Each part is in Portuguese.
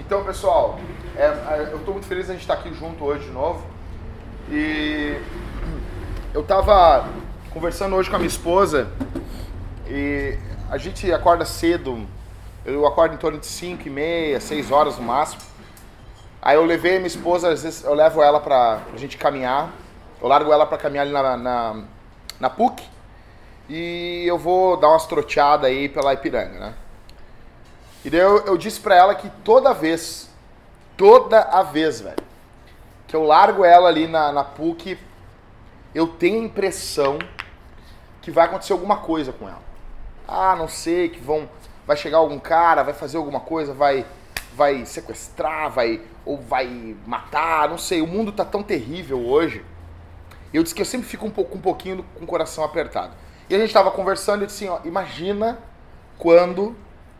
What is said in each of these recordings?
Então, pessoal, eu estou muito feliz de a gente estar aqui junto hoje de novo. E eu estava conversando hoje com a minha esposa e a gente acorda cedo. Eu acordo em torno de 5h30, 6 horas no máximo. Aí eu levei minha esposa, às vezes eu levo ela pra gente caminhar. Eu largo ela pra caminhar ali na PUC. E eu vou dar umas troteadas aí pela Ipiranga, né? E daí eu disse pra ela que toda a vez, velho, que eu largo ela ali na PUC, eu tenho a impressão que vai acontecer alguma coisa com ela. Ah, não sei, vai chegar algum cara, vai fazer alguma coisa, vai sequestrar, ou vai matar, não sei. O mundo tá tão terrível hoje. Eu disse que eu sempre fico um pouquinho com o coração apertado. E a gente tava conversando e eu disse assim, ó, imagina quando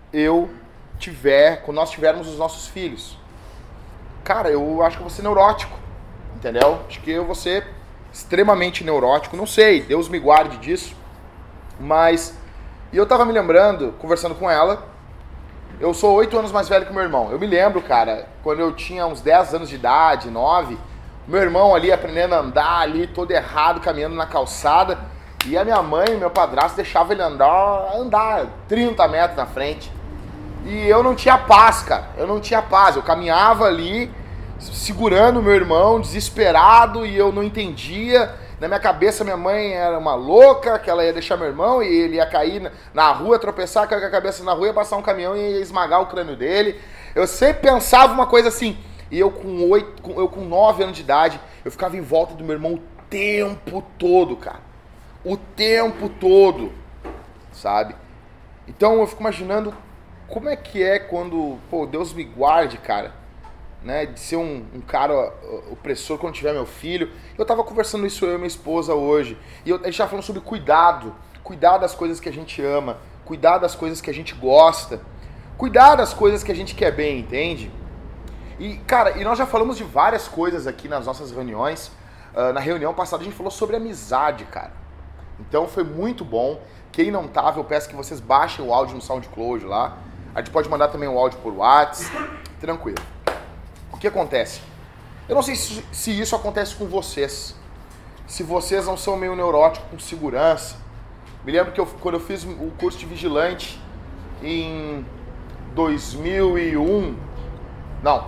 nós tivermos os nossos filhos. Cara, eu acho que eu vou ser neurótico, entendeu? Acho que eu vou ser extremamente neurótico, não sei, Deus me guarde disso. Mas, e eu tava me lembrando, conversando com ela, eu sou 8 anos mais velho que o meu irmão. Eu me lembro, cara, quando eu tinha uns 10 anos de idade, 9, meu irmão ali aprendendo a andar ali, todo errado, caminhando na calçada, e a minha mãe e meu padrasto deixavam ele andar 30 metros na frente. E eu não tinha paz, cara. Eu caminhava ali, segurando o meu irmão, desesperado, e eu não entendia. Na minha cabeça, minha mãe era uma louca, que ela ia deixar meu irmão, e ele ia cair na rua, tropeçar, cair com a cabeça na rua, ia passar um caminhão e ia esmagar o crânio dele. Eu sempre pensava uma coisa assim. E eu com 9 anos de idade, eu ficava em volta do meu irmão o tempo todo, cara. O tempo todo, sabe? Então eu fico imaginando como é que é quando, Deus me guarde, cara, né, de ser um cara opressor quando tiver meu filho. Eu tava conversando isso eu e minha esposa hoje, e a gente tava falando sobre cuidar das coisas que a gente ama, cuidar das coisas que a gente gosta, cuidar das coisas que a gente quer bem, entende? E, cara, nós já falamos de várias coisas aqui nas nossas reuniões. Na reunião passada a gente falou sobre amizade, cara. Então foi muito bom. Quem não tava, eu peço que vocês baixem o áudio no SoundCloud lá. A gente pode mandar também o áudio por WhatsApp. Tranquilo. O que acontece? Eu não sei se isso acontece com vocês. Se vocês não são meio neuróticos com segurança. Me lembro que quando eu fiz o curso de vigilante em 2001... Não,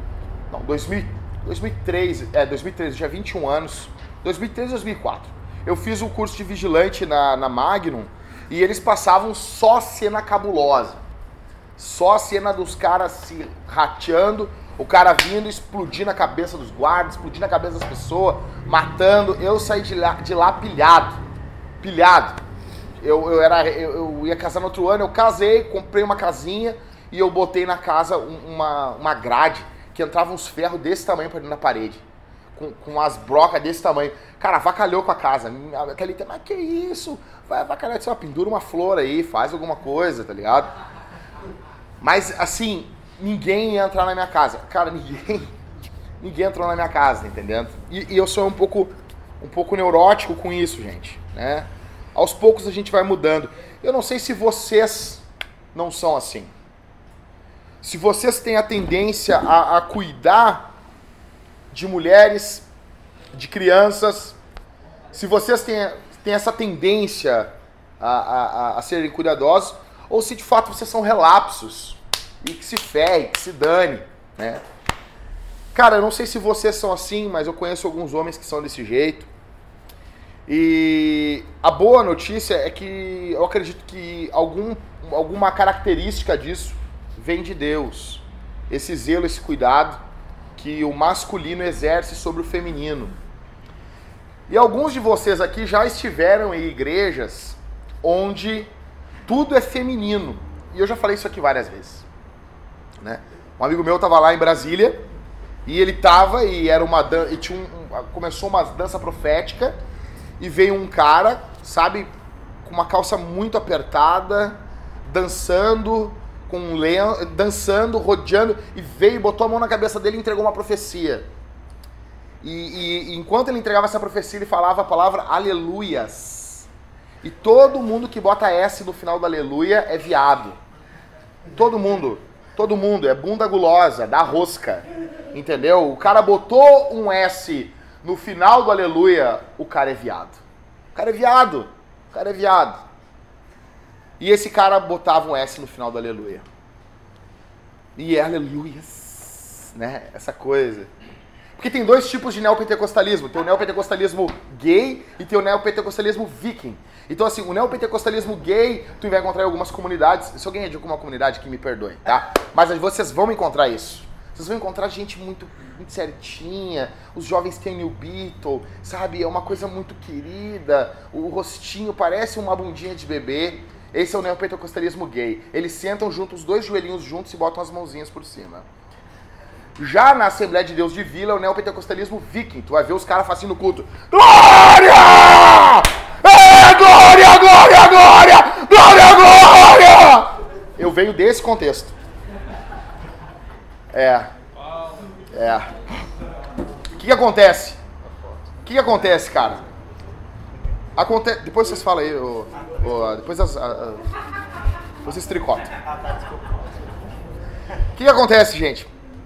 2003, eu tinha 21 anos. 2003, 2004. Eu fiz o curso de vigilante na Magnum e eles passavam só cena cabulosa. Só cena dos caras se rateando, o cara vindo, explodindo a cabeça dos guardas, explodindo a cabeça das pessoas, matando. Eu saí de lá pilhado. Eu ia casar no outro ano, eu casei, comprei uma casinha e eu botei na casa uma grade que entrava uns ferros desse tamanho pra dentro da parede. Com as brocas desse tamanho. Cara, avacalhou com a casa. Aquele tema, mas que isso? Vai avacalhar, pendura uma flor aí, faz alguma coisa, tá ligado? Mas, assim, ninguém ia entrar na minha casa. Cara, ninguém entrou na minha casa, tá entendendo? E eu sou um pouco neurótico com isso, gente, né? Aos poucos a gente vai mudando. Eu não sei se vocês não são assim. Se vocês têm a tendência a cuidar de mulheres, de crianças, se vocês têm essa tendência a serem cuidadosos, ou se de fato vocês são relapsos, e que se ferre, que se dane, né? Cara, eu não sei se vocês são assim, mas eu conheço alguns homens que são desse jeito, e a boa notícia é que eu acredito que alguma característica disso vem de Deus, esse zelo, esse cuidado que o masculino exerce sobre o feminino. E alguns de vocês aqui já estiveram em igrejas onde tudo é feminino. E eu já falei isso aqui várias vezes, né? Um amigo meu estava lá em Brasília e ele estava e era uma dança, começou uma dança profética e veio um cara, sabe, com uma calça muito apertada, dançando, rodeando, e veio, botou a mão na cabeça dele e entregou uma profecia. E enquanto ele entregava essa profecia, ele falava a palavra aleluias. E todo mundo que bota S no final da aleluia é viado. Todo mundo. Todo mundo, é bunda gulosa, dá rosca, entendeu? O cara botou um S no final do aleluia, o cara é viado. O cara é viado, o cara é viado. E esse cara botava um S no final do aleluia. E é aleluias, né? Essa coisa. Porque tem dois tipos de neopentecostalismo. Tem o neopentecostalismo gay e tem o neopentecostalismo viking. Então, assim, o neopentecostalismo gay, tu vai encontrar em algumas comunidades. Se alguém é de alguma comunidade, que me perdoe, tá? Mas vocês vão encontrar isso. Vocês vão encontrar gente muito certinha. Os jovens têm New Beetle, sabe? É uma coisa muito querida. O rostinho parece uma bundinha de bebê. Esse é o neopentecostalismo gay. Eles sentam juntos, os dois joelhinhos juntos e botam as mãozinhas por cima. Já na Assembleia de Deus de Vila, é o neopentecostalismo viking. Tu vai ver os caras fazendo no culto. Glória! É, glória, glória, glória! Glória, glória! Eu venho desse contexto. O que acontece? O que acontece, cara? Depois vocês falam aí, depois vocês tricotam. O que acontece, gente?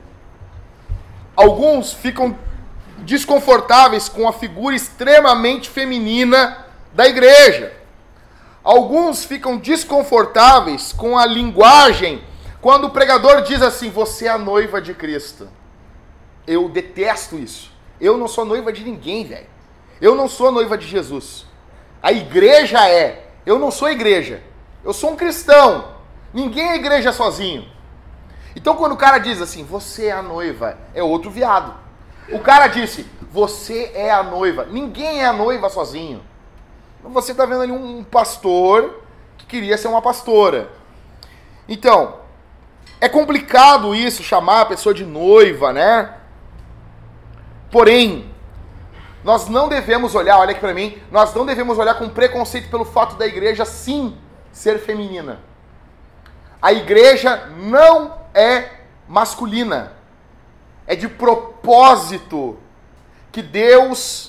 Alguns ficam desconfortáveis com a figura extremamente feminina da igreja. Alguns ficam desconfortáveis com a linguagem quando o pregador diz assim, você é a noiva de Cristo. Eu detesto isso. Eu não sou noiva de ninguém, velho. Eu não sou noiva de Jesus. A igreja é. Eu não sou igreja. Eu sou um cristão. Ninguém é igreja sozinho. Então quando o cara diz assim, você é a noiva, é outro viado. O cara disse, você é a noiva. Ninguém é a noiva sozinho. Você está vendo ali um pastor que queria ser uma pastora. Então, é complicado isso, chamar a pessoa de noiva, né? Porém, nós não devemos olhar, olha aqui para mim, nós não devemos olhar com preconceito pelo fato da igreja sim ser feminina. A igreja não é masculina. É de propósito que Deus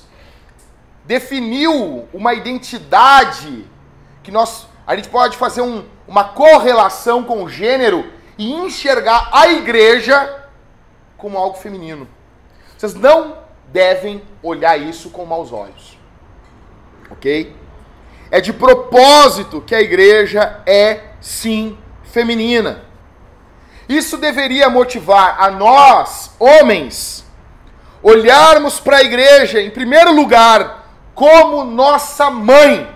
definiu uma identidade que a gente pode fazer uma correlação com o gênero e enxergar a igreja como algo feminino. Vocês não devem olhar isso com maus olhos. Ok? É de propósito que a igreja é, sim, feminina. Isso deveria motivar a nós, homens, olharmos para a igreja, em primeiro lugar, como nossa mãe.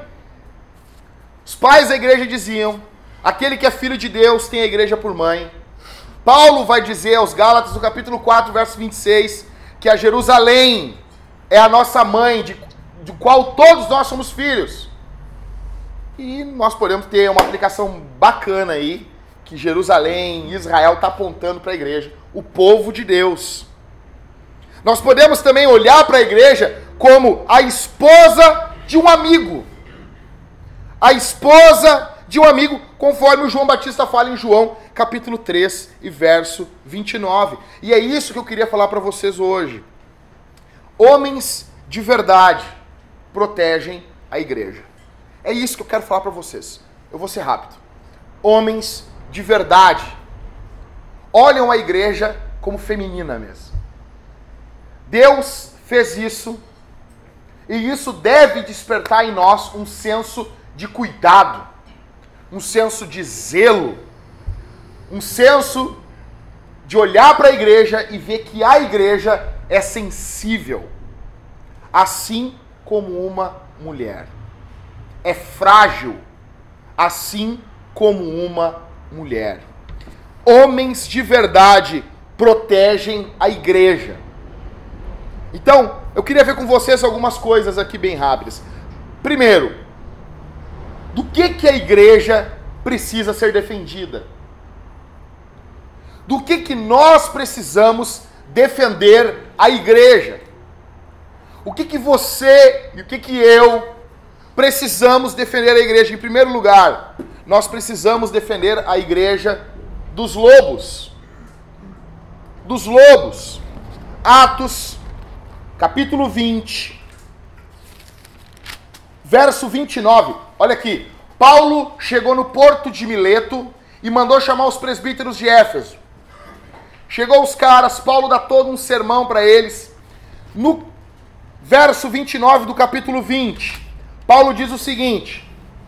Os pais da igreja diziam, aquele que é filho de Deus tem a igreja por mãe. Paulo vai dizer aos Gálatas, no capítulo 4, verso 26, que a Jerusalém é a nossa mãe, de qual todos nós somos filhos. E nós podemos ter uma aplicação bacana aí, que Jerusalém, Israel está apontando para a igreja, o povo de Deus. Nós podemos também olhar para a igreja como a esposa de um amigo. A esposa de um amigo, conforme o João Batista fala em João, capítulo 3 e verso 29. E é isso que eu queria falar para vocês hoje. Homens de verdade protegem a igreja. É isso que eu quero falar para vocês. Eu vou ser rápido. Homens de verdade olham a igreja como feminina mesmo. Deus fez isso e isso deve despertar em nós um senso de cuidado, um senso de zelo, um senso de olhar para a igreja e ver que a igreja é sensível, assim como uma mulher. É frágil, assim como uma mulher. Homens de verdade protegem a igreja. Então, eu queria ver com vocês algumas coisas aqui bem rápidas. Primeiro, do que a igreja precisa ser defendida? Do que nós precisamos defender a igreja? O que você e o que eu precisamos defender a igreja? Em primeiro lugar, nós precisamos defender a igreja dos lobos. Dos lobos. Atos, capítulo 20, verso 29. Olha aqui. Paulo chegou no porto de Mileto e mandou chamar os presbíteros de Éfeso. Chegou os caras, Paulo dá todo um sermão para eles. No verso 29 do capítulo 20, Paulo diz o seguinte,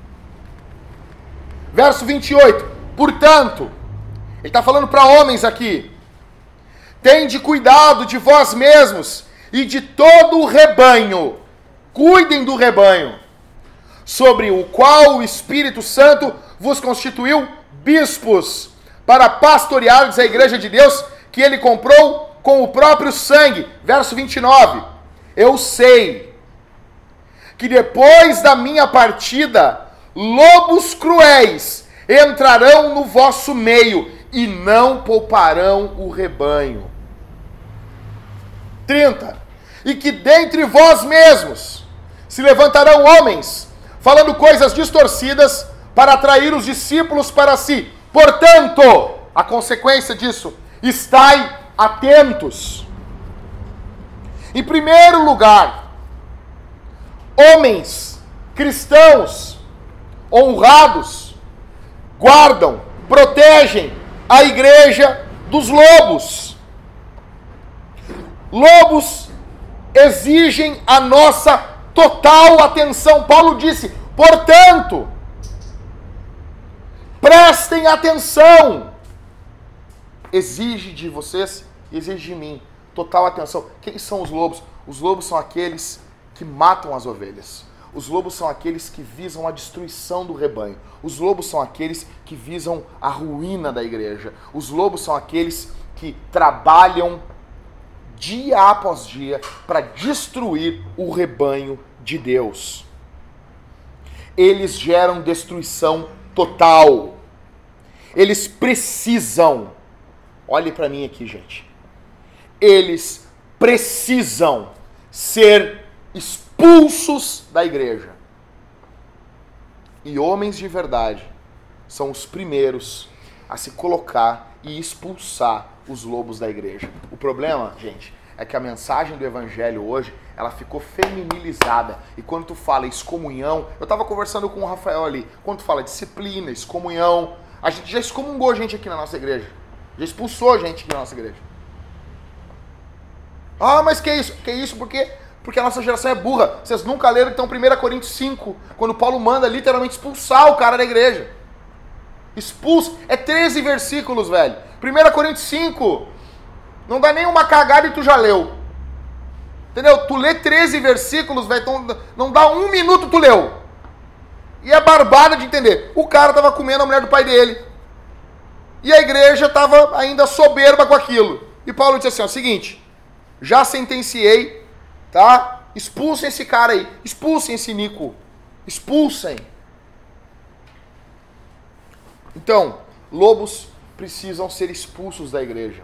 verso 28, portanto, ele está falando para homens aqui, tende cuidado de vós mesmos e de todo o rebanho, cuidem do rebanho, sobre o qual o Espírito Santo vos constituiu bispos, para pastoreardes a igreja de Deus, que ele comprou com o próprio sangue. Verso 29. Eu sei que depois da minha partida, lobos cruéis entrarão no vosso meio e não pouparão o rebanho. 30. E que dentre vós mesmos se levantarão homens, falando coisas distorcidas, para atrair os discípulos para si. Portanto, a consequência disso, estai atentos. Em primeiro lugar, homens cristãos honrados guardam, protegem a igreja dos lobos. Lobos exigem a nossa total atenção. Paulo disse, portanto, prestem atenção. Exige de vocês, exige de mim, total atenção. Quem são os lobos? Os lobos são aqueles que matam as ovelhas. Os lobos são aqueles que visam a destruição do rebanho. Os lobos são aqueles que visam a ruína da igreja. Os lobos são aqueles que trabalham dia após dia para destruir o rebanho de Deus. Eles geram destruição total. Eles precisam, olhe para mim aqui, gente. Eles precisam ser expulsos da igreja. E homens de verdade são os primeiros a se colocar e expulsar os lobos da igreja. O problema, gente, é que a mensagem do evangelho hoje, ela ficou feminilizada. E quando tu fala excomunhão, eu estava conversando com o Rafael ali, quando tu fala disciplina, excomunhão, a gente já excomungou gente aqui na nossa igreja. Já expulsou gente aqui na nossa igreja. Ah, mas que isso? Que isso? Porque a nossa geração é burra. Vocês nunca leram, então, 1 Coríntios 5, quando Paulo manda literalmente expulsar o cara da igreja. Expulso. É 13 versículos, velho. 1 Coríntios 5. Não dá nem uma cagada e tu já leu. Entendeu? Tu lê 13 versículos, velho, então não dá um minuto tu leu. E é barbada de entender. O cara tava comendo a mulher do pai dele. E a igreja tava ainda soberba com aquilo. E Paulo disse assim, ó, seguinte, já sentenciei, tá? Expulsem esse cara aí. Expulsem esse Nico. Expulsem. Então, lobos precisam ser expulsos da igreja.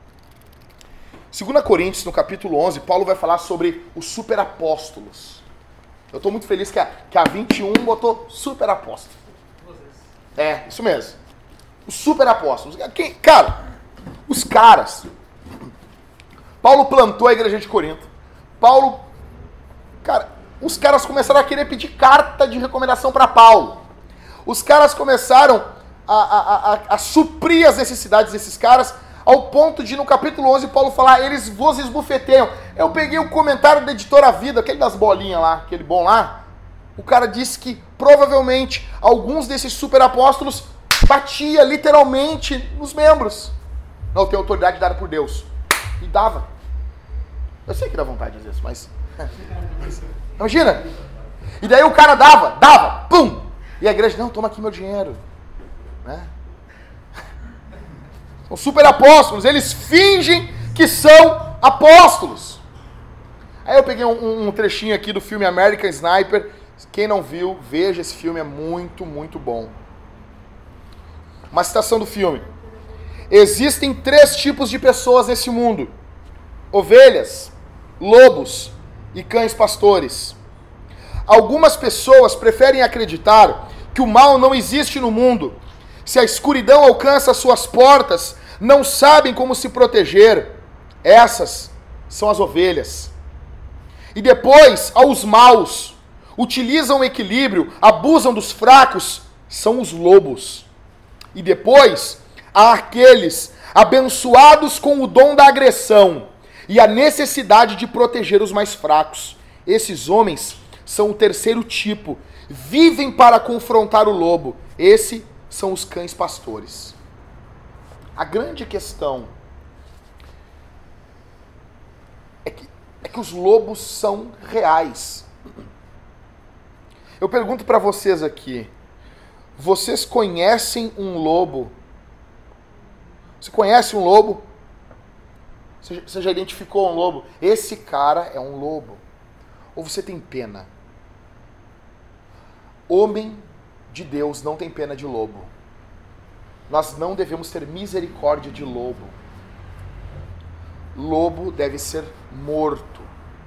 2 Coríntios, no capítulo 11, Paulo vai falar sobre os superapóstolos. Eu estou muito feliz que a 21 botou superapóstolo. É, isso mesmo. Os superapóstolos. Cara, os caras... Paulo plantou a igreja de Corinto. Cara, os caras começaram a querer pedir carta de recomendação para Paulo. Os caras começaram a suprir as necessidades desses caras, ao ponto de, no capítulo 11, Paulo falar, eles vos esbufeteiam. Eu peguei o comentário da Editora Vida, aquele das bolinhas lá, aquele bom lá. O cara disse que, provavelmente, alguns desses superapóstolos batia, literalmente, nos membros. Não, tem autoridade dada por Deus. E dava. Eu sei que dá vontade às vezes, mas... Imagina. E daí o cara dava, pum. E a igreja, não, toma aqui meu dinheiro. Né? São super apóstolos, eles fingem que são apóstolos. Aí eu peguei um trechinho aqui do filme American Sniper. Quem não viu, veja, esse filme é muito, muito bom. Uma citação do filme. Existem 3 tipos de pessoas nesse mundo: ovelhas, lobos e cães pastores. Algumas pessoas preferem acreditar que o mal não existe no mundo. Se a escuridão alcança suas portas, não sabem como se proteger. Essas são as ovelhas. E depois, aos maus, utilizam o equilíbrio, abusam dos fracos, são os lobos. E depois, há aqueles abençoados com o dom da agressão e a necessidade de proteger os mais fracos. Esses homens são o terceiro tipo, vivem para confrontar o lobo. Esses são os cães pastores. A grande questão é que os lobos são reais. Eu pergunto para vocês aqui, vocês conhecem um lobo? Você conhece um lobo? Você já identificou um lobo? Esse cara é um lobo. Ou você tem pena? Homem de Deus não tem pena de lobo. Nós não devemos ter misericórdia de lobo. Lobo deve ser morto.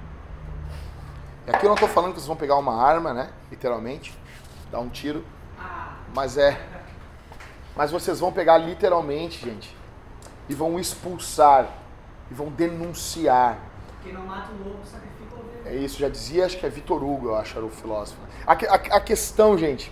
E aqui eu não estou falando que vocês vão pegar uma arma, né? Literalmente, dar um tiro. Mas vocês vão pegar literalmente, gente, e vão expulsar, e vão denunciar. Quem não mata o lobo sacrifica o ovelha. É isso, já dizia, acho que é Vitor Hugo, eu acho, era o filósofo. A questão, gente,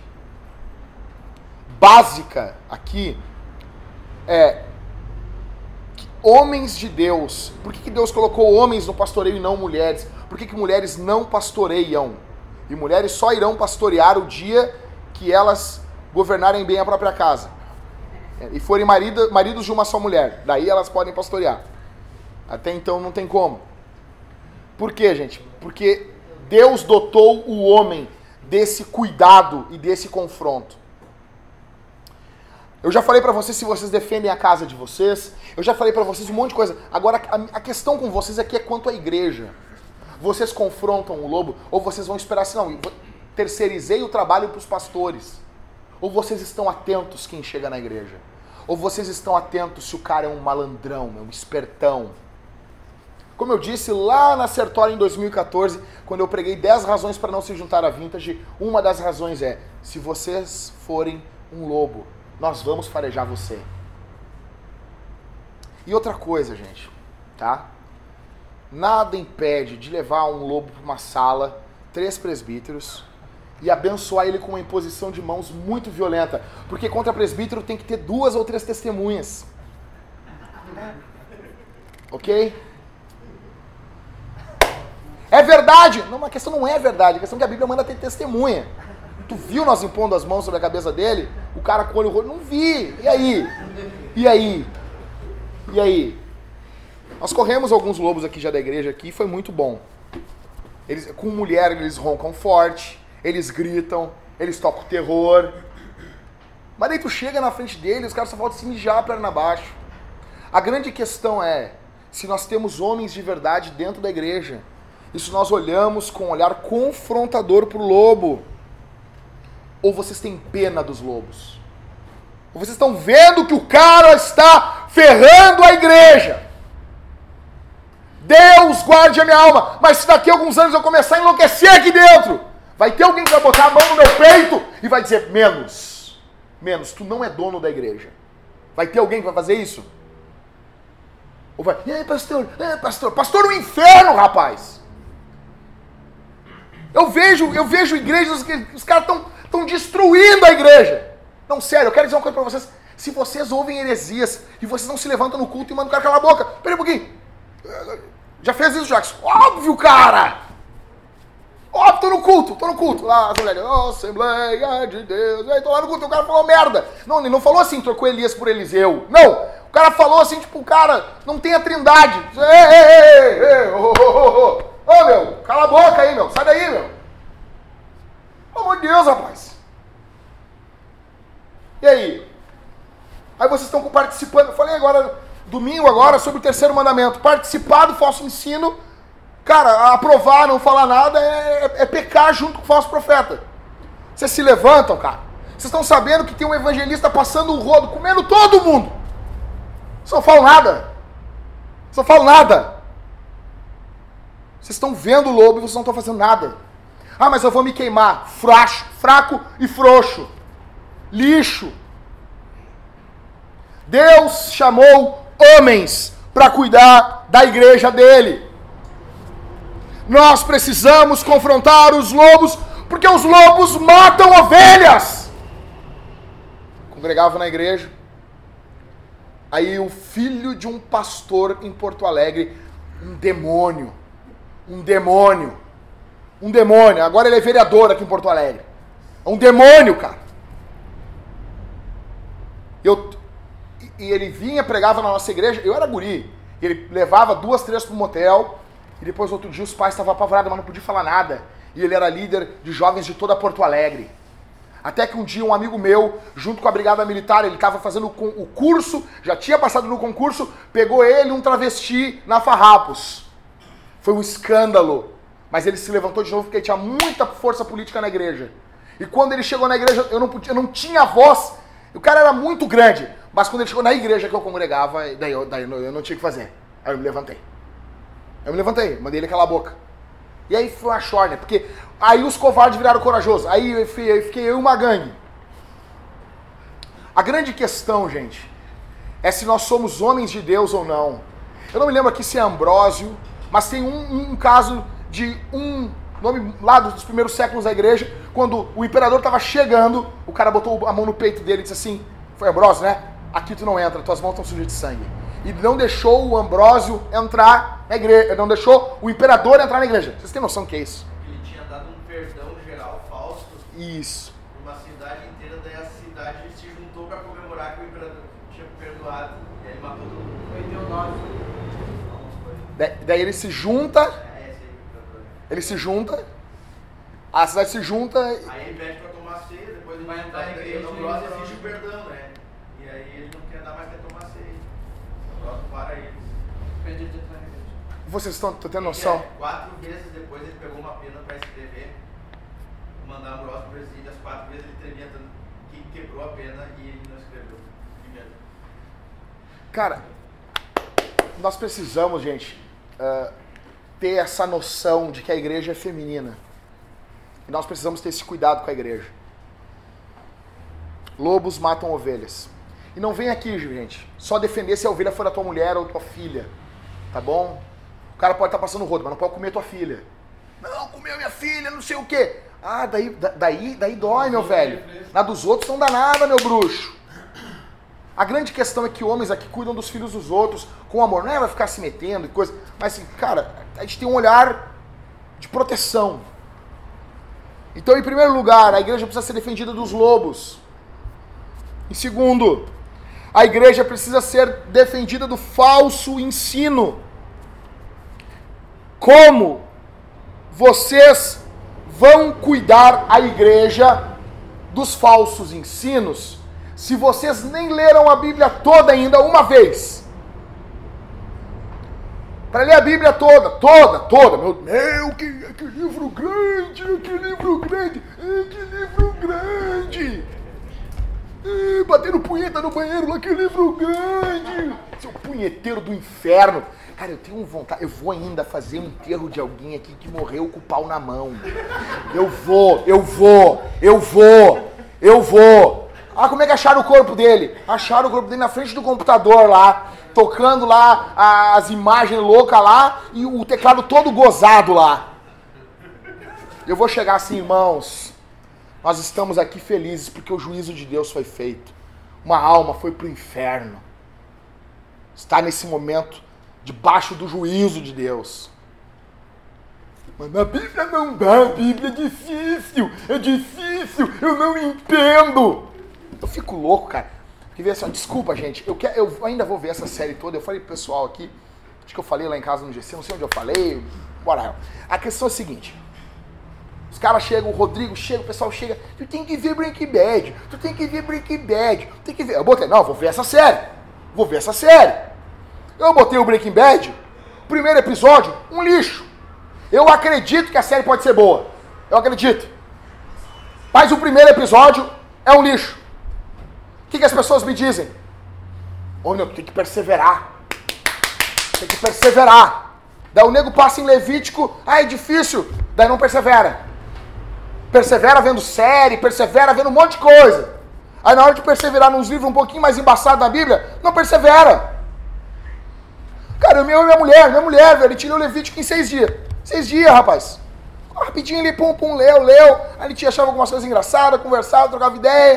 básica aqui é que homens de Deus, por que Deus colocou homens no pastoreio e não mulheres? Por que mulheres não pastoreiam? E mulheres só irão pastorear o dia que elas governarem bem a própria casa. E forem maridos de uma só mulher. Daí elas podem pastorear. Até então não tem como. Por quê, gente? Porque Deus dotou o homem desse cuidado e desse confronto. Eu já falei pra vocês se vocês defendem a casa de vocês. Eu já falei pra vocês um monte de coisa. Agora, a questão com vocês aqui é quanto à igreja. Vocês confrontam o lobo ou vocês vão esperar assim, não, terceirizei o trabalho pros pastores. Ou vocês estão atentos quem chega na igreja. Ou vocês estão atentos se o cara é um malandrão, é um espertão. Como eu disse lá na Sertória em 2014, quando eu preguei 10 razões para não se juntar à Vintage, uma das razões é, se vocês forem um lobo, nós vamos farejar você. E outra coisa, gente, tá? Nada impede de levar um lobo para uma sala, 3 presbíteros, e abençoar ele com uma imposição de mãos muito violenta. Porque contra presbítero tem que ter 2 ou 3 testemunhas. Ok? É verdade! Não, mas a questão não é verdade. A questão é que a Bíblia manda ter testemunha. Tu viu nós impondo as mãos sobre a cabeça dele? O cara com o olho roxo? Não vi! E aí? E aí? E aí? Nós corremos alguns lobos aqui já da igreja aqui e foi muito bom. Eles, com mulher eles roncam forte, eles gritam, eles tocam terror. Mas daí tu chega na frente deles, os caras só faltam se mijar a perna abaixo. A grande questão é, se nós temos homens de verdade dentro da igreja, e se nós olhamos com um olhar confrontador pro lobo, ou vocês têm pena dos lobos? Ou vocês estão vendo que o cara está ferrando a igreja? Deus guarde a minha alma, mas se daqui a alguns anos eu começar a enlouquecer aqui dentro, vai ter alguém que vai botar a mão no meu peito e vai dizer, menos, tu não é dono da igreja. Vai ter alguém que vai fazer isso? Ou vai, e aí pastor, o inferno, rapaz. Eu vejo igrejas que os caras estão destruindo a igreja. Não, sério, eu quero dizer uma coisa pra vocês, se vocês ouvem heresias e vocês não se levantam no culto e mandam o cara calar a boca, peraí um pouquinho. Já fez isso, Jackson? Óbvio, cara! Óbvio, tô no culto. Lá, as mulheres, Assembleia de Deus. Aí tô lá no culto, o cara falou merda. Não, ele não falou assim, trocou Elias por Eliseu. Não, o cara falou assim, tipo, o cara não tem a trindade. Ô, meu, cala a boca aí, meu. Sai daí, meu. Pelo amor de Deus, rapaz. E aí? Aí vocês estão participando. Eu falei agora, domingo agora, sobre o 3º mandamento. Participar do falso ensino, cara, aprovar, não falar nada, é pecar junto com o falso profeta. Vocês se levantam, cara. Vocês estão sabendo que tem um evangelista passando o rodo, comendo todo mundo. Vocês não falam nada. Vocês estão vendo o lobo e vocês não estão fazendo nada. Ah, mas eu vou me queimar. Fraco e frouxo. Lixo. Deus chamou homens para cuidar da igreja dele. Nós precisamos confrontar os lobos, porque os lobos matam ovelhas. congregava na igreja. Aí o filho de um pastor em Porto Alegre, um demônio, agora ele é vereador aqui em Porto Alegre. É um demônio, cara. E ele vinha, pregava na nossa igreja, eu era guri, ele levava 2, 3 pro motel, e depois outro dia os pais estavam apavorados, mas não podia falar nada. E ele era líder de jovens de toda Porto Alegre. Até que um dia um amigo meu, junto com a brigada militar, ele estava fazendo o curso, já tinha passado no concurso, pegou ele, um travesti, na Farrapos. Foi um escândalo. Mas ele se levantou de novo porque ele tinha muita força política na igreja. E quando ele chegou na igreja, eu não tinha voz. O cara era muito grande. Mas quando ele chegou na igreja que eu congregava, daí eu não tinha o que fazer. Aí eu me levantei. Mandei ele calar a boca. E aí foi uma chorna, porque aí os covardes viraram corajosos. Aí eu fiquei eu e uma gangue. A grande questão, gente, é se nós somos homens de Deus ou não. Eu não me lembro aqui se é Ambrósio, mas tem um caso de um nome lá dos primeiros séculos da igreja, quando o imperador estava chegando, o cara botou a mão no peito dele e disse assim, foi Ambrósio, né? Aqui tu não entra, tuas mãos estão sujas de sangue. E não deixou o Ambrósio entrar na igreja, não deixou o imperador entrar na igreja. Vocês têm noção do que é isso? Ele tinha dado um perdão geral falso. Isso. Uma cidade inteira, daí a cidade se juntou para comemorar que o imperador tinha perdoado. E aí matou todo mundo. Foi Teodoro. Daí ele se junta, Esse aí, a cidade se junta. aí ele pede para tomar ceia, depois ele Vai entrar na igreja não e gosta, ele exige o perdão, né? E aí ele não quer dar mais que tomar ceia. Só para eles. Perdi de entrar na igreja. Vocês estão tendo noção? 4 vezes depois ele pegou uma pena para escrever, mandar Ambrósio para o presídio. As 4 vezes ele tremia tanto que quebrou a pena e ele não escreveu. Que medo. Cara, nós precisamos, gente, ter essa noção de que a igreja é feminina. E nós precisamos ter esse cuidado com a igreja. Lobos matam ovelhas. E não vem aqui, gente, só defender se a ovelha for a tua mulher ou tua filha. Tá bom? O cara pode estar passando rodo, mas não pode comer tua filha. Não, comeu minha filha, não sei o quê. Ah, daí dói, meu velho. Na dos outros não dá nada, meu bruxo. A grande questão é que homens aqui cuidam dos filhos dos outros com amor. Não é vai ficar se metendo e coisa. Mas assim, cara, a gente tem um olhar de proteção. Então, em primeiro lugar, a igreja precisa ser defendida dos lobos. Em segundo, a igreja precisa ser defendida do falso ensino. Como vocês vão cuidar a igreja dos falsos ensinos se vocês nem leram a Bíblia toda ainda uma vez? Para ler a Bíblia toda. Meu, que livro grande, que livro grande. Batendo punheta no banheiro lá, que livro grande. Seu punheteiro do inferno. Cara, eu tenho vontade, eu vou ainda fazer um enterro de alguém aqui que morreu com o pau na mão. Eu vou. Ah, como é que acharam o corpo dele? Acharam o corpo dele na frente do computador lá, tocando lá as imagens loucas lá e o teclado todo gozado lá. Eu vou chegar assim, irmãos, nós estamos aqui felizes porque o juízo de Deus foi feito. Uma alma foi pro inferno. Está nesse momento debaixo do juízo de Deus. Mas a Bíblia não dá, a Bíblia é difícil, eu não entendo. Eu fico louco, cara. Porque vê assim, desculpa, gente, eu ainda vou ver essa série toda. Eu falei pro pessoal aqui, acho que eu falei lá em casa no GC, não sei onde eu falei, bora. A questão é a seguinte: os caras chegam, o Rodrigo chega, o pessoal chega, tu tem que ver Breaking Bad, tem que ver. Eu botei, não, vou ver essa série. Eu botei o Breaking Bad, primeiro episódio, um lixo. Eu acredito que a série pode ser boa. Eu acredito. Mas o primeiro episódio é um lixo. O que as pessoas me dizem? Ô, meu, tem que perseverar. Daí o nego passa em Levítico, é difícil. Daí não persevera. Persevera vendo série, persevera vendo um monte de coisa. Aí na hora de perseverar nos livros um pouquinho mais embaçados da Bíblia, não persevera. Cara, minha mulher, velho, ele tirou o Levítico em 6 dias. 6 dias, rapaz. Rapidinho ele, leu. Aí ele achava algumas coisas engraçadas, conversava, trocava ideia.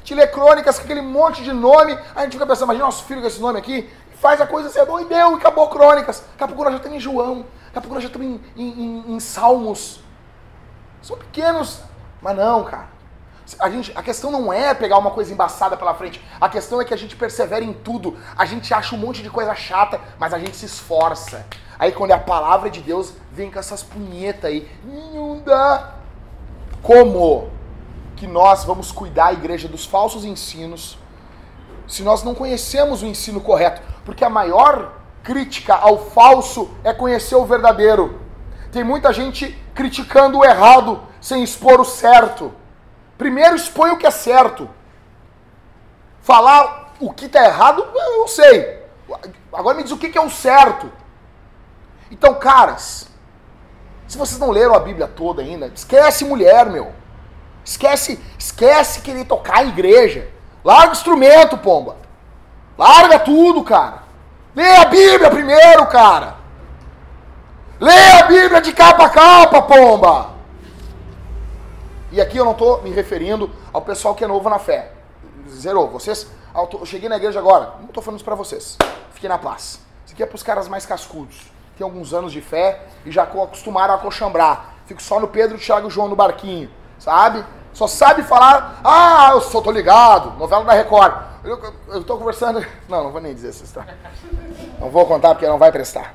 te lê Crônicas com aquele monte de nome, a gente fica pensando, imagina nosso filho com esse nome aqui, faz a coisa ser bom e deu, e acabou Crônicas. Daqui a pouco nós já estamos em João, daqui a pouco nós já estamos em Salmos. São pequenos, mas não, cara. A questão não é pegar uma coisa embaçada pela frente, a questão é que a gente persevera em tudo, a gente acha um monte de coisa chata, mas a gente se esforça. Aí quando é a palavra de Deus, vem com essas punhetas aí, não dá. Como que nós vamos cuidar a igreja dos falsos ensinos, se nós não conhecemos o ensino correto? Porque a maior crítica ao falso é conhecer o verdadeiro. Tem muita gente criticando o errado sem expor o certo. Primeiro expõe o que é certo. Falar o que está errado, eu não sei. Agora me diz o que é o certo. Então, caras, se vocês não leram a Bíblia toda ainda, esquece mulher, meu. Esquece querer tocar em igreja. Larga o instrumento, pomba. Larga tudo, cara. Lê a Bíblia primeiro, cara. Lê a Bíblia de capa a capa, pomba. E aqui eu não estou me referindo ao pessoal que é novo na fé. Zerou. Vocês... Eu cheguei na igreja agora. Não estou falando isso para vocês. Fiquem na paz. Isso aqui é para os caras mais cascudos. Tem alguns anos de fé e já acostumaram a coxambrar. Fico só no Pedro, Thiago e João no barquinho. Sabe? Só sabe falar... eu só tô ligado. Novela da Record. Eu tô conversando... Não vou nem dizer essa história. Não vou contar porque não vai prestar.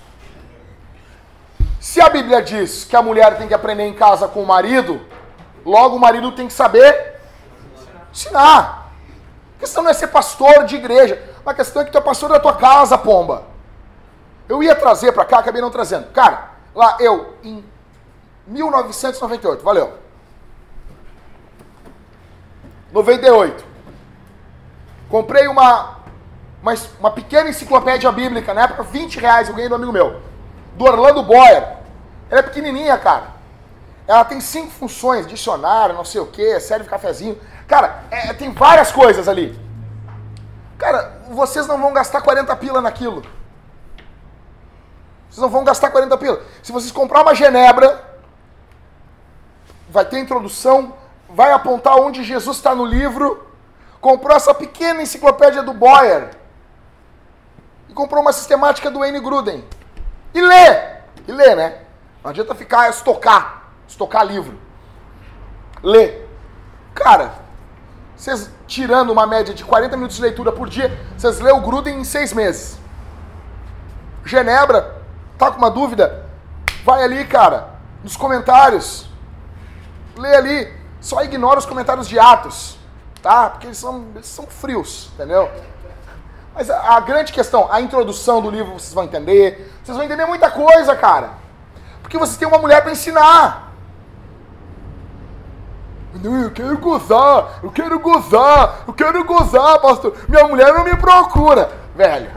Se a Bíblia diz que a mulher tem que aprender em casa com o marido, logo o marido tem que saber ensinar. A questão não é ser pastor de igreja. A questão é que tu é pastor da tua casa, pomba. Eu ia trazer pra cá, acabei não trazendo. Cara, lá eu, em 1998, valeu. 98. Comprei uma pequena enciclopédia bíblica, na época, R$20, eu ganhei do amigo meu. Do Orlando Boyer. Ela é pequenininha, cara. Ela tem 5 funções, dicionário, não sei o que, serve cafezinho. Cara, tem várias coisas ali. Cara, vocês não vão gastar 40 pila naquilo. Vocês não vão gastar 40 pila. Se vocês comprar uma Genebra, vai ter introdução, vai apontar onde Jesus está no livro, comprou essa pequena enciclopédia do Boyer, e comprou uma sistemática do Wayne Grudem. E lê, né? Não adianta ficar estocar livro. Lê. Cara, vocês tirando uma média de 40 minutos de leitura por dia, vocês lê o Grudem em 6 meses. Genebra, tá com uma dúvida? Vai ali, cara, nos comentários. Lê ali. Só ignora os comentários de Atos, tá? Porque eles são frios, entendeu? Mas a grande questão, a introdução do livro vocês vão entender. Vocês vão entender muita coisa, cara. Porque vocês têm uma mulher para ensinar. Não, eu quero gozar, pastor. Minha mulher não me procura. Velho.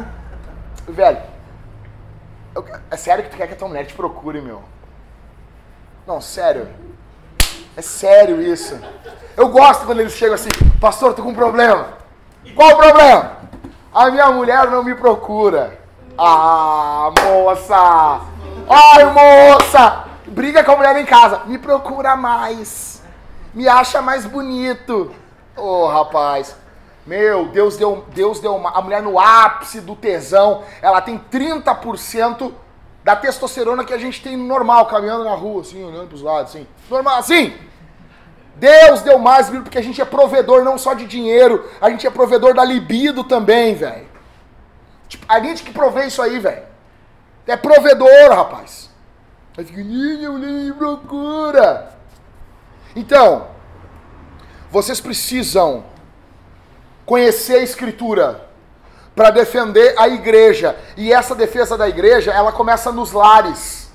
É sério que tu quer que a tua mulher te procure, meu? Não, sério. É sério isso. Eu gosto quando eles chegam assim, pastor, tô com um problema. Qual o problema? A minha mulher não me procura. Ah, moça! Ai, moça! Briga com a mulher em casa. Me procura mais. Me acha mais bonito. Ô, rapaz. Meu, Deus deu a mulher no ápice do tesão. Ela tem 30% da testosterona que a gente tem no normal, caminhando na rua, assim, olhando pros lados, assim. Normal, assim. Deus deu mais, porque a gente é provedor não só de dinheiro, a gente é provedor da libido também, velho. Tipo, a gente que provê isso aí, velho. É provedor, rapaz. Aí fica, me procura. Então, vocês precisam conhecer a Escritura para defender a igreja. E essa defesa da igreja, ela começa nos lares.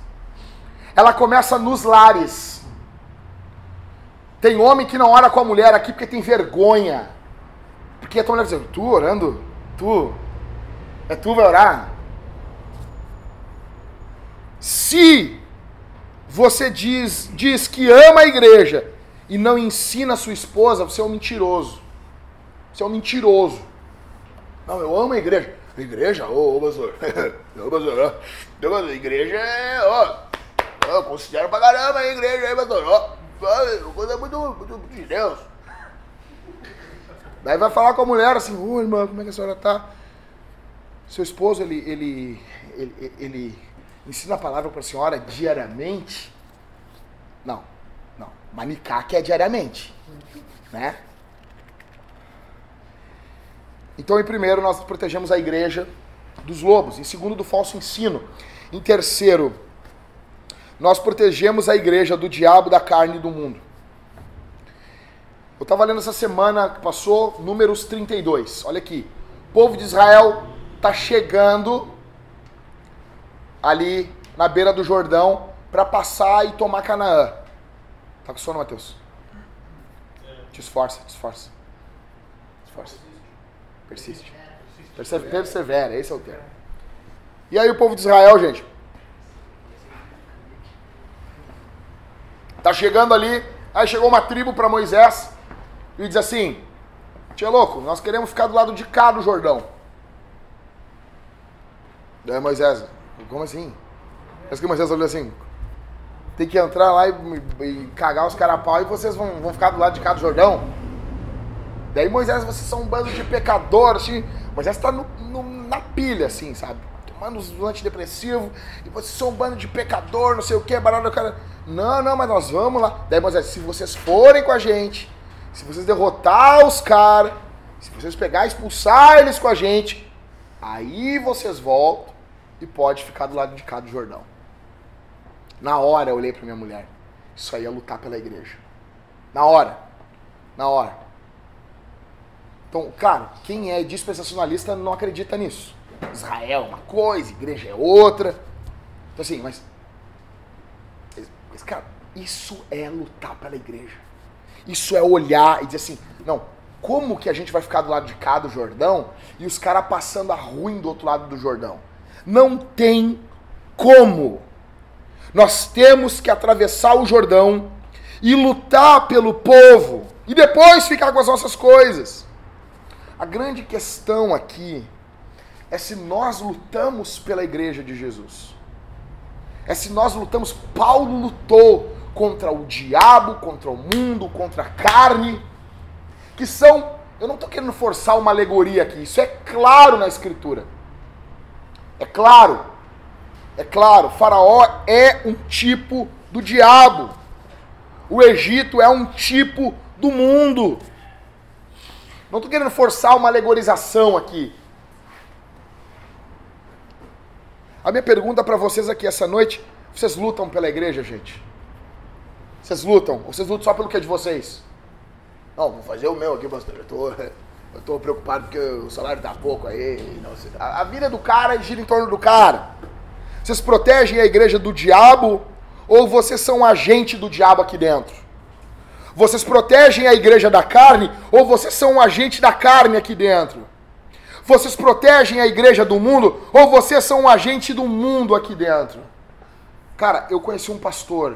Tem homem que não ora com a mulher aqui porque tem vergonha. Porque a tua mulher diz, tu orando? Tu vai orar? Se você diz que ama a igreja e não ensina a sua esposa, você é um mentiroso. Você é um mentiroso. Não, eu amo a igreja. Igreja? Ô, pastor. Ô, pastor, ó. A igreja é, ó. Eu considero pra caramba a igreja aí, pastor. Ó. Coisa muito de Deus. Daí vai falar com a mulher assim, ô irmã, como é que a senhora tá? Seu esposo, ele ensina a palavra para a senhora diariamente? Não. Manicá que é diariamente, né? Então, em primeiro, nós protegemos a igreja dos lobos. Em segundo, do falso ensino. Em terceiro, nós protegemos a igreja do diabo, da carne e do mundo. Eu estava lendo essa semana que passou, Números 32. Olha aqui. O povo de Israel está chegando ali na beira do Jordão para passar e tomar Canaã. Tá com sono, Matheus? Te esforça. Persiste. Persevera, esse é o termo. E aí o povo de Israel, gente, tá chegando ali, aí chegou uma tribo para Moisés e diz assim, tia louco, nós queremos ficar do lado de cá do Jordão. Daí Moisés, como assim? Parece que Moisés olhou assim, tem que entrar lá e cagar os carapau e vocês vão ficar do lado de cá do Jordão? Daí Moisés, vocês são um bando de pecadores, assim. Moisés está na pilha, assim, sabe? Tomando os antidepressivos, e vocês são um bando de pecador, não sei o que, barulho do cara. Não, mas nós vamos lá. Daí Moisés, se vocês forem com a gente, se vocês derrotar os caras, se vocês pegar e expulsar eles com a gente, aí vocês voltam e pode ficar do lado de cá do Jordão. Na hora eu olhei pra minha mulher. Isso aí é lutar pela igreja. Na hora. Então, cara, quem é dispensacionalista não acredita nisso. Israel é uma coisa, igreja é outra. Então assim, mas cara, isso é lutar pela igreja. Isso é olhar e dizer assim, não, como que a gente vai ficar do lado de cá do Jordão e os caras passando a ruim do outro lado do Jordão? Não tem como. Nós temos que atravessar o Jordão e lutar pelo povo e depois ficar com as nossas coisas. A grande questão aqui é se nós lutamos pela igreja de Jesus. É se nós lutamos. Paulo lutou contra o diabo, contra o mundo, contra a carne, que são... Eu não estou querendo forçar uma alegoria aqui, isso é claro na Escritura. É claro. Faraó é um tipo do diabo. O Egito é um tipo do mundo. Não estou querendo forçar uma alegorização aqui. A minha pergunta para vocês aqui essa noite, vocês lutam pela igreja, gente? Vocês lutam? Ou vocês lutam só pelo que é de vocês? Não, vou fazer o meu aqui, pastor. Eu tô preocupado porque o salário tá pouco aí. Não sei. A vida do cara gira em torno do cara. Vocês protegem a igreja do diabo ou vocês são agente do diabo aqui dentro? Vocês protegem a igreja da carne ou vocês são um agente da carne aqui dentro? Vocês protegem a igreja do mundo ou vocês são um agente do mundo aqui dentro? Cara, eu conheci um pastor.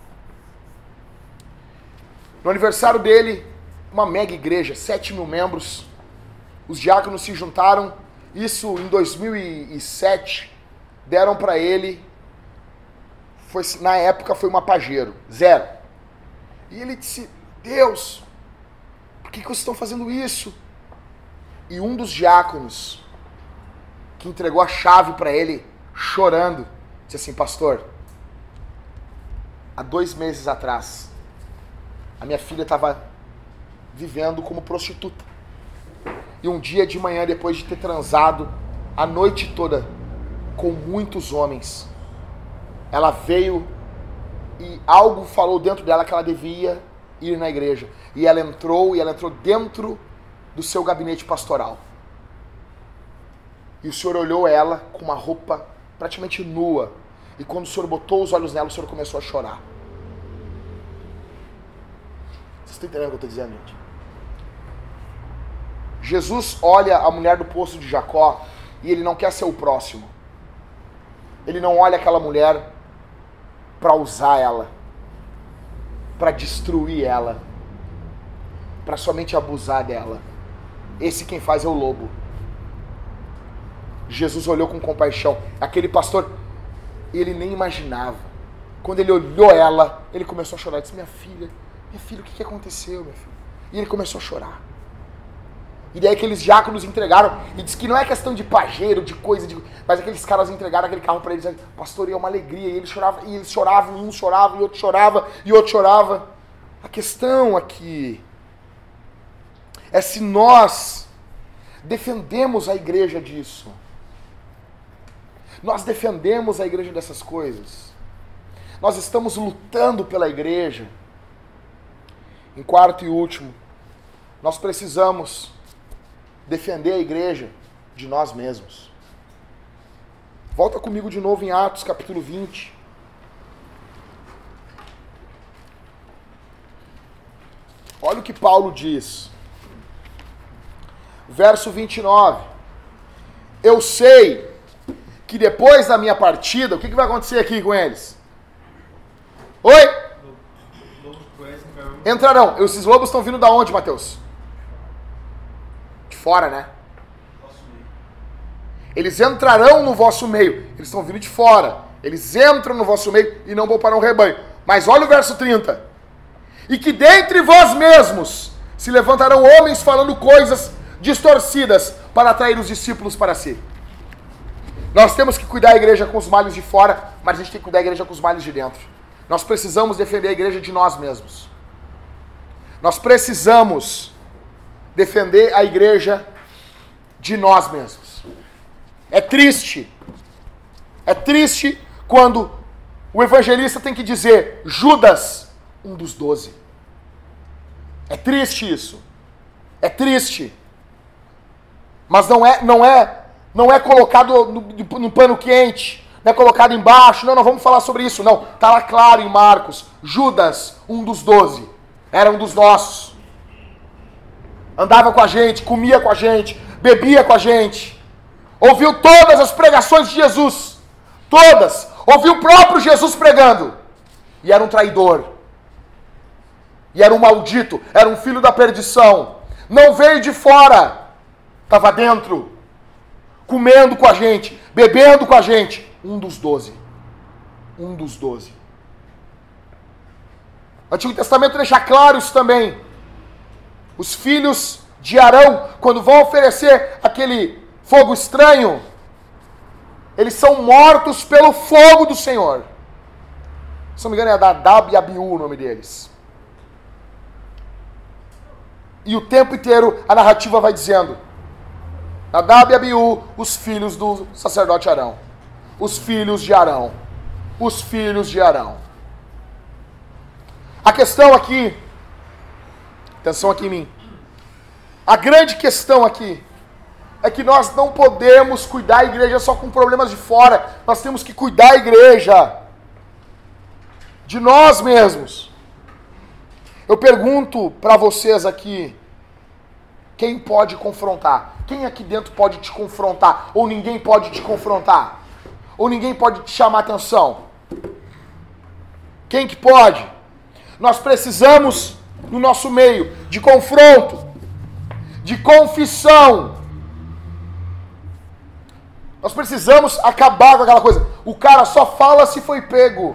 No aniversário dele, uma mega igreja, 7.000 membros. Os diáconos se juntaram. Isso em 2007. Deram para ele, na época foi uma Pajero, 0. E ele disse, Deus, por que vocês estão fazendo isso? E um dos diáconos, que entregou a chave para ele, chorando, disse assim, pastor, há 2 meses atrás, a minha filha estava vivendo como prostituta. E um dia de manhã, depois de ter transado a noite toda com muitos homens, ela veio e algo falou dentro dela que ela devia ir na igreja. E ela entrou dentro do seu gabinete pastoral. E o senhor olhou ela com uma roupa praticamente nua. E quando o senhor botou os olhos nela, o senhor começou a chorar. Vocês estão entendendo o que eu estou dizendo, gente? Jesus olha a mulher do poço de Jacó e ele não quer ser o próximo. Ele não olha aquela mulher para usar ela, para destruir ela, para somente abusar dela. Esse quem faz é o lobo. Jesus olhou com compaixão. Aquele pastor, ele nem imaginava. Quando ele olhou ela, ele começou a chorar. Ele disse, minha filha, o que aconteceu, minha filha? E ele começou a chorar. E daí aqueles diáconos entregaram, e diz que não é questão de pajeiro, de coisa, mas aqueles caras entregaram aquele carro para eles, pastor, e é uma alegria, e eles choravam, um chorava, e outro chorava, e outro chorava. A questão aqui é se nós defendemos a igreja disso. Nós defendemos a igreja dessas coisas. Nós estamos lutando pela igreja. Em quarto e último, nós precisamos defender a igreja de nós mesmos. Volta comigo de novo em Atos capítulo 20. Olha o que Paulo diz. Verso 29. Eu sei que depois da minha partida, o que vai acontecer aqui com eles? Oi? Entrarão. Esses lobos estão vindo da onde, Mateus? De fora, né? Eles entrarão no vosso meio. Eles estão vindo de fora. Eles entram no vosso meio e não pouparão o rebanho. Mas olha o verso 30. E que dentre vós mesmos se levantarão homens falando coisas distorcidas para atrair os discípulos para si. Nós temos que cuidar da igreja com os males de fora, mas a gente tem que cuidar da igreja com os males de dentro. Nós precisamos defender a igreja de nós mesmos. Nós precisamos defender a igreja de nós mesmos. É triste quando o evangelista tem que dizer Judas, um dos 12. É triste isso. É triste. Mas não é colocado no pano quente, não é colocado embaixo. Não vamos falar sobre isso, não. Está lá claro em Marcos. Judas, um dos 12. Era um dos nossos. Andava com a gente, comia com a gente, bebia com a gente. Ouviu todas as pregações de Jesus. Todas. Ouviu o próprio Jesus pregando. E era um traidor. E era um maldito. Era um filho da perdição. Não veio de fora. Estava dentro. Comendo com a gente. Bebendo com a gente. Um dos 12. Um dos 12. O Antigo Testamento deixa claro isso também. Os filhos de Arão, quando vão oferecer aquele fogo estranho, eles são mortos pelo fogo do Senhor. Se não me engano é Nadab e Abiú o nome deles. E o tempo inteiro a narrativa vai dizendo Nadab e Abiú, os filhos do sacerdote Arão. Os filhos de Arão. Os filhos de Arão. A questão aqui, atenção aqui em mim, a grande questão aqui é que nós não podemos cuidar da igreja só com problemas de fora, nós temos que cuidar da igreja de nós mesmos. Eu pergunto para vocês aqui, quem pode confrontar? Quem aqui dentro pode te confrontar? Ou ninguém pode te confrontar? Ou ninguém pode te chamar atenção? Quem que pode? Nós precisamos, no nosso meio, de confronto, de confissão. Nós precisamos acabar com aquela coisa. O cara só fala se foi pego.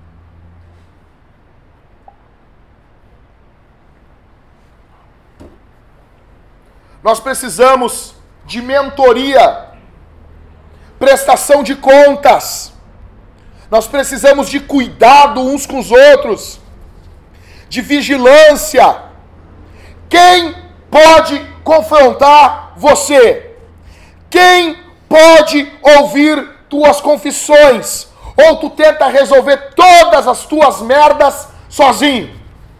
Nós precisamos de mentoria, prestação de contas. Nós precisamos de cuidado uns com os outros, de vigilância. Quem pode confrontar você? Quem pode ouvir tuas confissões? Ou tu tenta resolver todas as tuas merdas sozinho?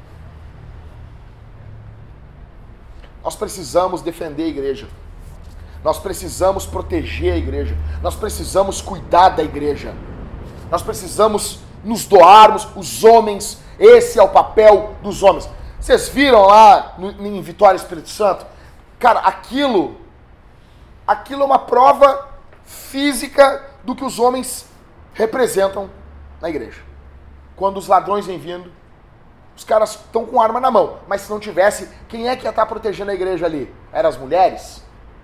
Nós precisamos defender a igreja. Nós precisamos proteger a igreja. Nós precisamos cuidar da igreja. Nós precisamos nos doarmos, os homens. Esse é o papel dos homens. Vocês viram lá em Vitória Espírito Santo? Cara, aquilo é uma prova física do que os homens representam na igreja. Quando os ladrões vêm vindo, os caras estão com arma na mão. Mas se não tivesse, quem é que ia estar protegendo a igreja ali? Eram as mulheres?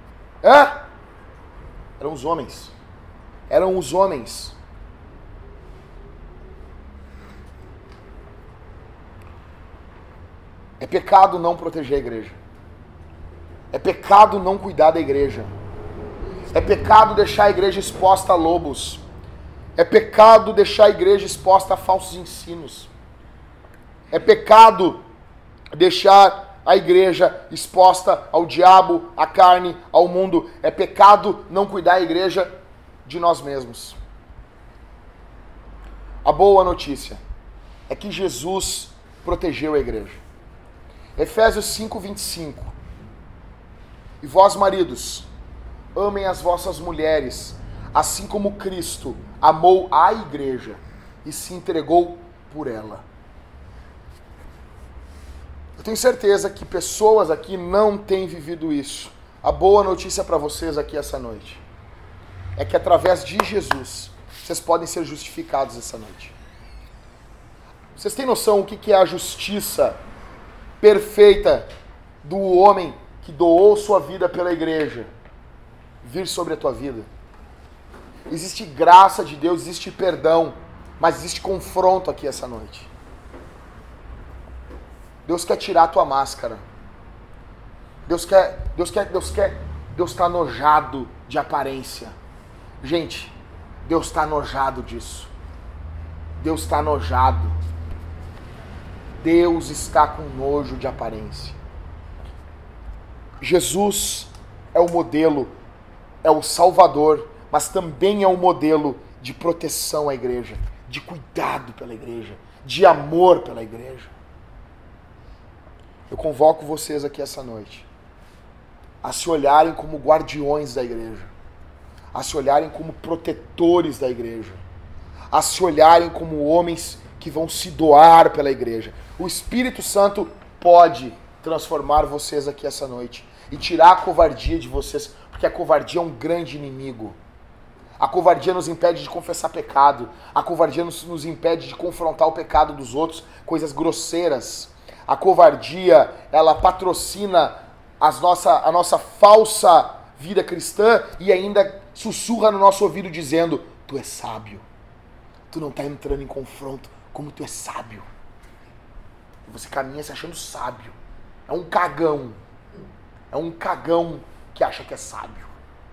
Eram os homens. Eram os homens. É pecado não proteger a igreja. É pecado não cuidar da igreja. É pecado deixar a igreja exposta a lobos. É pecado deixar a igreja exposta a falsos ensinos. É pecado deixar a igreja exposta ao diabo, à carne, ao mundo. É pecado não cuidar a igreja de nós mesmos. A boa notícia é que Jesus protegeu a igreja. Efésios 5:25. E vós, maridos, amem as vossas mulheres, assim como Cristo amou a igreja e se entregou por ela. Eu tenho certeza que pessoas aqui não têm vivido isso. A boa notícia para vocês aqui essa noite é que através de Jesus vocês podem ser justificados essa noite. Vocês têm noção o que é a justiça perfeita do homem que doou sua vida pela igreja vir sobre a tua vida? Existe graça de Deus, existe perdão, mas existe confronto aqui essa noite. Deus quer tirar a tua máscara. Deus está nojado de aparência. Gente, Deus está nojado disso. Deus está nojado. Deus está com nojo de aparência. Jesus é o modelo, é o Salvador, mas também é um modelo de proteção à igreja, de cuidado pela igreja, de amor pela igreja. Eu convoco vocês aqui essa noite a se olharem como guardiões da igreja, a se olharem como protetores da igreja, a se olharem como homens que vão se doar pela igreja. O Espírito Santo pode transformar vocês aqui essa noite e tirar a covardia de vocês, porque a covardia é um grande inimigo. A covardia nos impede de confessar pecado. A covardia nos impede de confrontar o pecado dos outros, coisas grosseiras. A covardia, ela patrocina a nossa falsa vida cristã e ainda sussurra no nosso ouvido dizendo: tu és sábio. Tu não está entrando em confronto, como tu és sábio. E você caminha se achando sábio. É um cagão. É um cagão que acha que é sábio.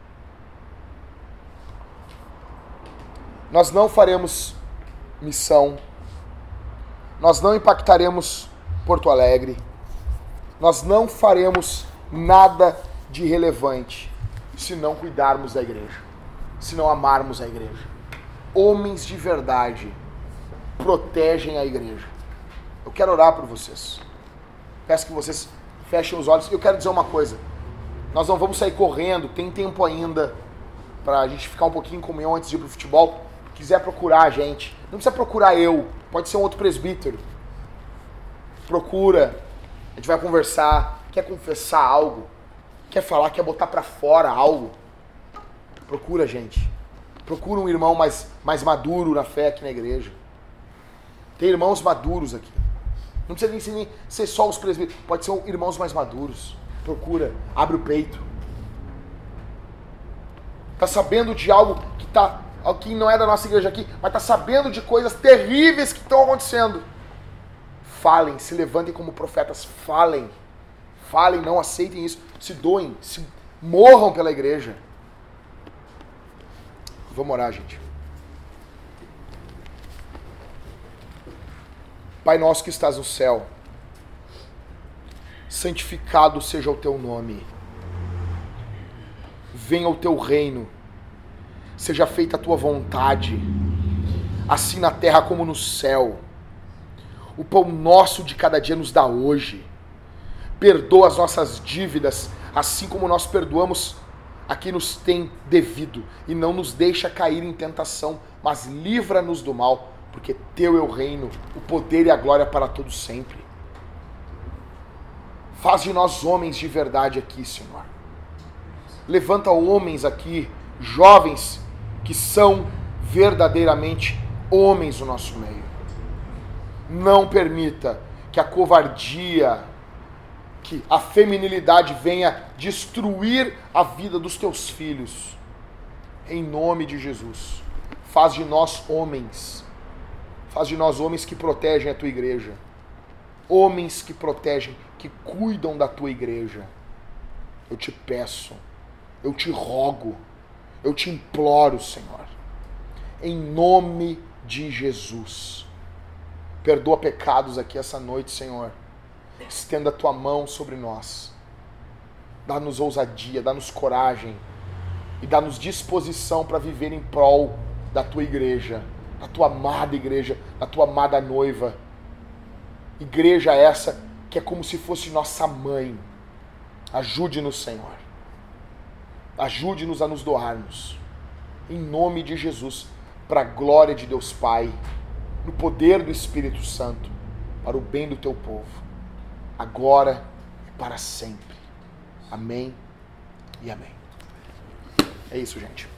Nós não faremos missão. Nós não impactaremos Porto Alegre. Nós não faremos nada de relevante se não cuidarmos da igreja, se não amarmos a igreja. Homens de verdade protegem a igreja. Eu quero orar por vocês. Peço que vocês fechem os olhos. Eu quero dizer uma coisa. Nós não vamos sair correndo, tem tempo ainda para a gente ficar um pouquinho em comunhão antes de ir pro futebol. Se quiser procurar a gente, não precisa procurar eu, pode ser um outro presbítero. Procura, a gente vai conversar, quer confessar algo, quer falar, quer botar para fora algo. Procura a gente. Procura um irmão mais maduro na fé aqui na igreja. Tem irmãos maduros aqui. Não precisa nem ser só os presbíteros, pode ser irmãos mais maduros. Procura, abre o peito. Tá sabendo de algo que não é da nossa igreja aqui, mas tá sabendo de coisas terríveis que estão acontecendo. Falem, se levantem como profetas, falem. Falem, não aceitem isso, se doem, se morram pela igreja. Vamos orar, gente. Pai nosso que estás no céu, santificado seja o teu nome. Venha o teu reino. Seja feita a tua vontade, assim na terra como no céu. O pão nosso de cada dia nos dá hoje. Perdoa as nossas dívidas, assim como nós perdoamos a quem nos tem devido. E não nos deixa cair em tentação, mas livra-nos do mal, porque teu é o reino, o poder e a glória para todos sempre. Faz de nós homens de verdade aqui, Senhor. Levanta homens aqui, jovens, que são verdadeiramente homens no nosso meio. Não permita que a covardia, que a feminilidade venha destruir a vida dos teus filhos. Em nome de Jesus. Faz de nós homens. Faz de nós homens que protegem a tua igreja. Homens que protegem, que cuidam da tua igreja. eu te peço, eu te rogo, eu te imploro, Senhor, em nome de Jesus, perdoa pecados aqui essa noite, Senhor, estenda a tua mão sobre nós, dá-nos ousadia, dá-nos coragem e dá-nos disposição para viver em prol da tua igreja, da tua amada igreja, da tua amada noiva, igreja essa que é como se fosse nossa mãe. Ajude-nos, Senhor, ajude-nos a nos doarmos, em nome de Jesus, para a glória de Deus Pai, no poder do Espírito Santo, para o bem do teu povo, agora e para sempre. Amém e amém. É isso, gente.